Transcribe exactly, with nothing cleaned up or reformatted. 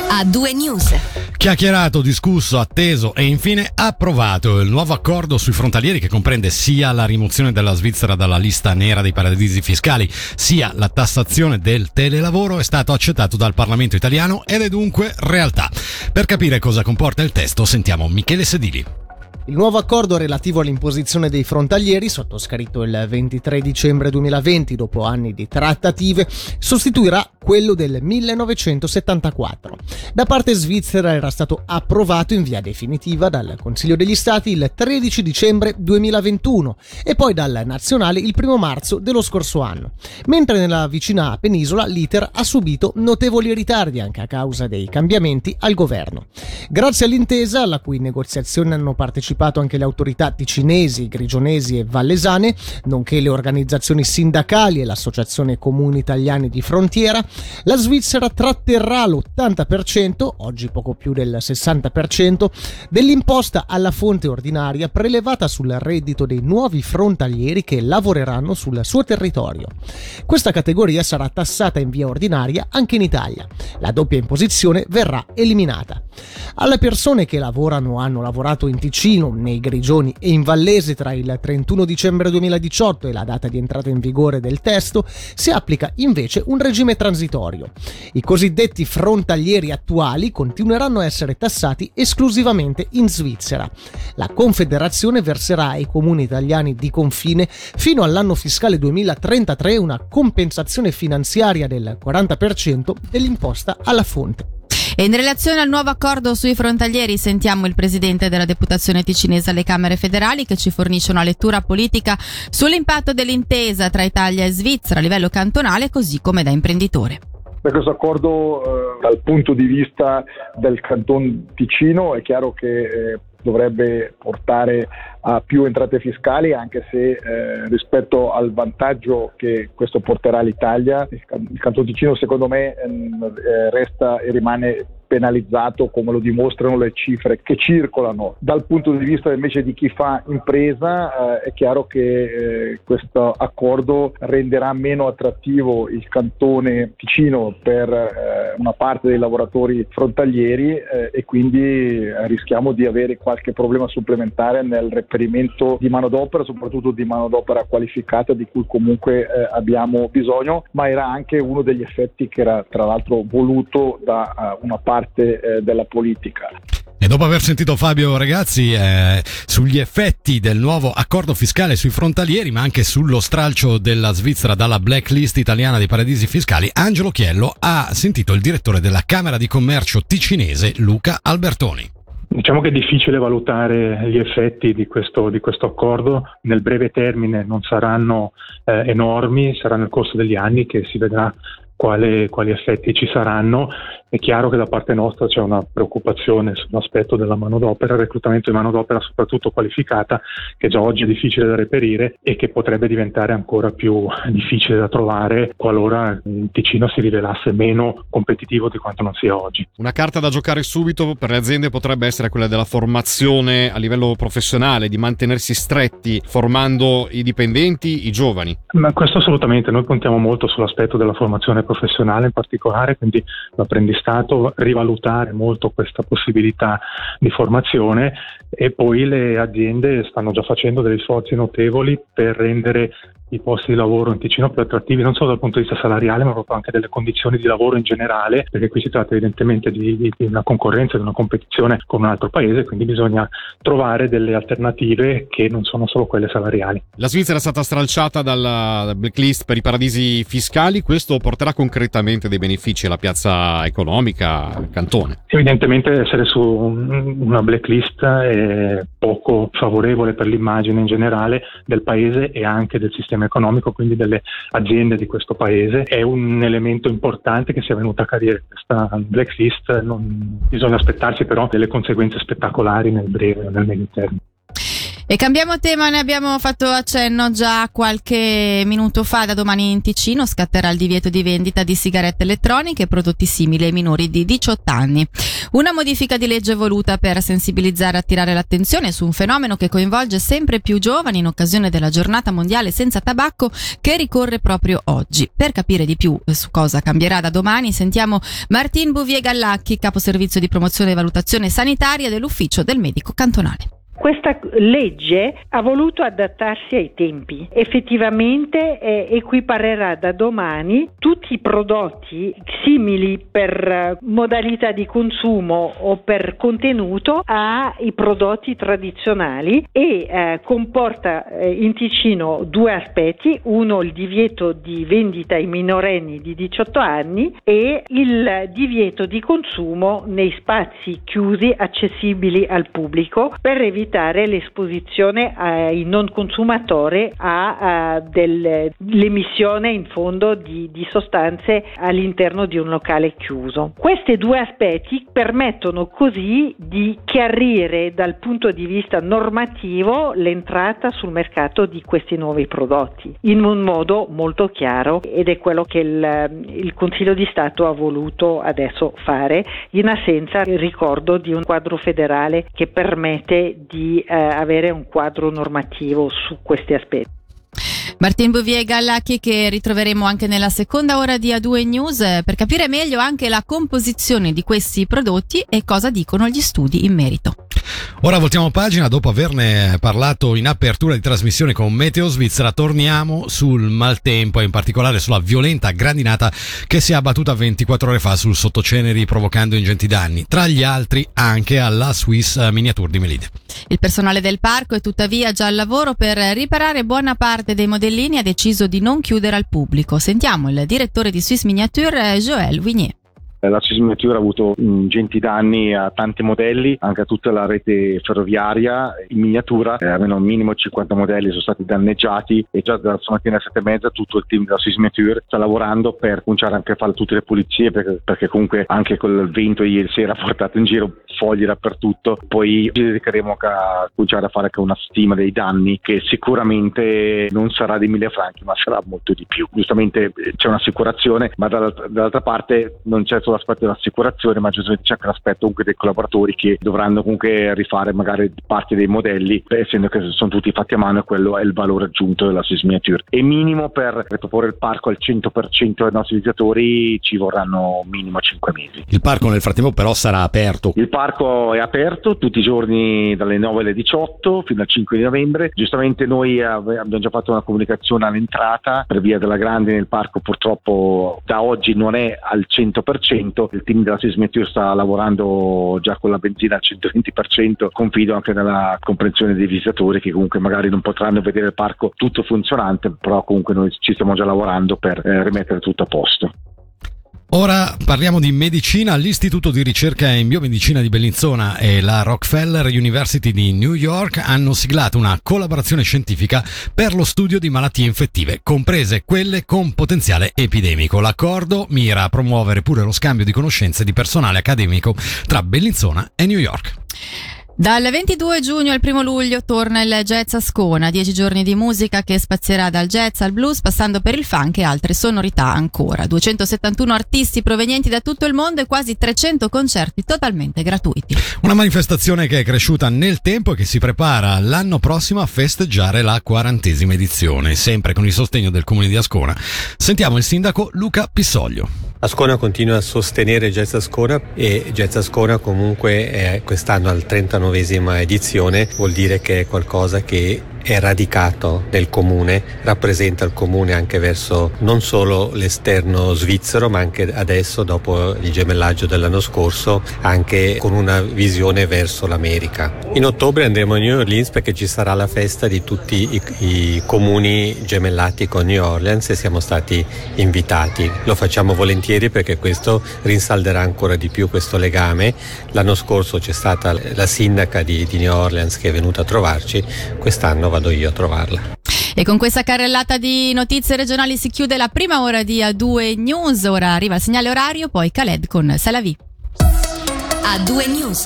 A due News. Chiacchierato, discusso, atteso e infine approvato il nuovo accordo sui frontalieri che comprende sia la rimozione della Svizzera dalla lista nera dei paradisi fiscali sia la tassazione del telelavoro è stato accettato dal Parlamento italiano ed è dunque realtà. Per capire cosa comporta il testo sentiamo Michele Sedili. Il nuovo accordo relativo all'imposizione dei frontalieri, sottoscritto il ventitré dicembre duemilaventi dopo anni di trattative, sostituirà quello del millenovecentosettantaquattro. Da parte svizzera era stato approvato in via definitiva dal Consiglio degli Stati il tredici dicembre duemilaventuno e poi dal nazionale il primo marzo dello scorso anno, mentre nella vicina penisola l'iter ha subito notevoli ritardi anche a causa dei cambiamenti al governo. Grazie all'intesa, alla cui negoziazione hanno partecipato anche le autorità ticinesi, grigionesi e vallesane, nonché le organizzazioni sindacali e l'Associazione Comuni Italiani di Frontiera, la Svizzera tratterrà l'ottanta per cento, oggi poco più del sessanta per cento, dell'imposta alla fonte ordinaria prelevata sul reddito dei nuovi frontalieri che lavoreranno sul suo territorio. Questa categoria sarà tassata in via ordinaria anche in Italia. La doppia imposizione verrà eliminata. Alle persone che lavorano o hanno lavorato in Ticino, nei Grigioni e in Vallese tra il trentuno dicembre duemiladiciotto e la data di entrata in vigore del testo si applica invece un regime transitorio. I cosiddetti frontalieri attuali continueranno a essere tassati esclusivamente in Svizzera. La Confederazione verserà ai comuni italiani di confine fino all'anno fiscale duemilatrentatré una compensazione finanziaria del quaranta per cento dell'imposta alla fonte. E in relazione al nuovo accordo sui frontalieri sentiamo il presidente della deputazione ticinese alle Camere federali che ci fornisce una lettura politica sull'impatto dell'intesa tra Italia e Svizzera a livello cantonale così come da imprenditore. Questo accordo eh, dal punto di vista del Canton Ticino è chiaro che eh, dovrebbe portare a più entrate fiscali, anche se eh, rispetto al vantaggio che questo porterà all'Italia, il, il Canton Ticino secondo me eh, resta e rimane penalizzato, come lo dimostrano le cifre che circolano. Dal punto di vista invece di chi fa impresa, eh, è chiaro che eh, questo accordo renderà meno attrattivo il cantone Ticino per eh, una parte dei lavoratori frontalieri eh, e quindi eh, rischiamo di avere qualche problema supplementare nel reperimento di manodopera, soprattutto di manodopera qualificata di cui comunque eh, abbiamo bisogno, ma era anche uno degli effetti che era tra l'altro voluto da uh, una parte parte della politica. E dopo aver sentito Fabio Regazzi eh, sugli effetti del nuovo accordo fiscale sui frontalieri, ma anche sullo stralcio della Svizzera dalla blacklist italiana dei paradisi fiscali, Angelo Chiello ha sentito il direttore della Camera di Commercio ticinese, Luca Albertoni. Diciamo che è difficile valutare gli effetti di questo, di questo accordo. Nel breve termine non saranno eh, enormi, sarà nel corso degli anni che si vedrà quale, quali effetti ci saranno. È chiaro che da parte nostra c'è una preoccupazione sull'aspetto della manodopera, il reclutamento di manodopera soprattutto qualificata, che già oggi è difficile da reperire e che potrebbe diventare ancora più difficile da trovare qualora il Ticino si rivelasse meno competitivo di quanto non sia oggi. Una carta da giocare subito per le aziende potrebbe essere quella della formazione a livello professionale, di mantenersi stretti formando i dipendenti, i giovani. Ma questo assolutamente, noi puntiamo molto sull'aspetto della formazione professionale in particolare, quindi l'apprendistato, rivalutare molto questa possibilità di formazione, e poi le aziende stanno già facendo degli sforzi notevoli per rendere i posti di lavoro in Ticino più attrattivi, non solo dal punto di vista salariale ma proprio anche delle condizioni di lavoro in generale, perché qui si tratta evidentemente di, di una concorrenza, di una competizione con un altro paese, quindi bisogna trovare delle alternative che non sono solo quelle salariali. La Svizzera è stata stralciata dalla blacklist per i paradisi fiscali, questo porterà concretamente dei benefici alla piazza economica, al cantone? Evidentemente essere su una blacklist è poco favorevole per l'immagine in generale del paese e anche del sistema economico, quindi delle aziende di questo paese. È un elemento importante che sia venuta a cadere questa blacklist, non bisogna aspettarsi però delle conseguenze spettacolari nel breve o nel medio termine. E cambiamo tema, ne abbiamo fatto accenno già qualche minuto fa. Da domani in Ticino scatterà il divieto di vendita di sigarette elettroniche e prodotti simili ai minori di diciotto anni. Una modifica di legge voluta per sensibilizzare e attirare l'attenzione su un fenomeno che coinvolge sempre più giovani in occasione della giornata mondiale senza tabacco che ricorre proprio oggi. Per capire di più su cosa cambierà da domani sentiamo Martin Bouvier-Gallacchi, caposervizio di promozione e valutazione sanitaria dell'ufficio del medico cantonale. Questa legge ha voluto adattarsi ai tempi. Effettivamente eh, equiparerà da domani tutti i prodotti simili per modalità di consumo o per contenuto ai prodotti tradizionali e eh, comporta eh, in Ticino due aspetti: uno, il divieto di vendita ai minorenni di diciotto anni e il divieto di consumo nei spazi chiusi accessibili al pubblico per evitare l'esposizione ai non consumatori a, a del, l'emissione in fondo di, di sostanze all'interno di un locale chiuso. Questi due aspetti permettono così di chiarire dal punto di vista normativo l'entrata sul mercato di questi nuovi prodotti in un modo molto chiaro, ed è quello che il, il Consiglio di Stato ha voluto adesso fare, in assenza, ricordo, di un quadro federale che permette di di eh, avere un quadro normativo su questi aspetti. Martin Bouvier-Gallacchi, che ritroveremo anche nella seconda ora di A due News per capire meglio anche la composizione di questi prodotti e cosa dicono gli studi in merito. Ora voltiamo pagina, dopo averne parlato in apertura di trasmissione con Meteo Svizzera, torniamo sul maltempo e in particolare sulla violenta grandinata che si è abbattuta ventiquattro ore fa sul Sottoceneri, provocando ingenti danni, tra gli altri anche alla Swiss Miniature di Melide. Il personale del parco è tuttavia già al lavoro per riparare buona parte dei modellini e ha deciso di non chiudere al pubblico. Sentiamo il direttore di Swiss Miniature, Joël Vignier. La Swiss Miniature ha avuto ingenti danni a tanti modelli, anche a tutta la rete ferroviaria in miniatura, eh, almeno un minimo cinquanta modelli sono stati danneggiati e già da stamattina alle sette e mezza tutto il team della Swiss Miniature sta lavorando per cominciare anche a fare tutte le pulizie, perché, perché comunque anche col vento ieri sera ha portato in giro foglie dappertutto. Poi ci dedicheremo a cominciare a fare anche una stima dei danni, che sicuramente non sarà di mille franchi ma sarà molto di più. Giustamente c'è un'assicurazione, ma dall'altra, dall'altra parte non c'è l'aspetto dell'assicurazione, ma giustamente c'è anche l'aspetto comunque dei collaboratori che dovranno comunque rifare magari parte dei modelli, essendo che sono tutti fatti a mano, e quello è il valore aggiunto della Swiss Miniature. E minimo per riproporre il parco al cento per cento ai nostri visitatori ci vorranno minimo cinque mesi. Il parco nel frattempo però sarà aperto? Il parco è aperto tutti i giorni dalle nove alle diciotto fino al cinque di novembre. Giustamente noi abbiamo già fatto una comunicazione all'entrata per via della grandine. Il parco purtroppo da oggi non è al cento per cento. Il team della Swiss Miniature sta lavorando già con la benzina al centoventi per cento. Confido anche nella comprensione dei visitatori, che comunque magari non potranno vedere il parco tutto funzionante, però comunque noi ci stiamo già lavorando per eh, rimettere tutto a posto. Ora parliamo di medicina. L'Istituto di ricerca in biomedicina di Bellinzona e la Rockefeller University di New York hanno siglato una collaborazione scientifica per lo studio di malattie infettive, comprese quelle con potenziale epidemico. L'accordo mira a promuovere pure lo scambio di conoscenze di personale accademico tra Bellinzona e New York. Dal ventidue giugno al primo luglio torna il Jazz Ascona, dieci giorni di musica che spazierà dal jazz al blues, passando per il funk e altre sonorità ancora. duecentosettantuno artisti provenienti da tutto il mondo e quasi trecento concerti totalmente gratuiti. Una manifestazione che è cresciuta nel tempo e che si prepara l'anno prossimo a festeggiare la quarantesima edizione, sempre con il sostegno del comune di Ascona. Sentiamo il sindaco Luca Pissoglio. Ascona continua a sostenere Jazz Ascona e Jazz Ascona comunque è quest'anno al trentanovesima edizione, vuol dire che è qualcosa che è radicato nel comune, rappresenta il comune anche verso non solo l'esterno svizzero, ma anche adesso, dopo il gemellaggio dell'anno scorso, anche con una visione verso l'America. In ottobre andremo a New Orleans perché ci sarà la festa di tutti i, i comuni gemellati con New Orleans e siamo stati invitati. Lo facciamo volentieri perché questo rinsalderà ancora di più questo legame. L'anno scorso c'è stata la sindaca di, di New Orleans che è venuta a trovarci, quest'anno vado io a trovarla. E con questa carrellata di notizie regionali si chiude la prima ora di A due News. Ora arriva il segnale orario, poi Khaled con C'est la vie. A due News.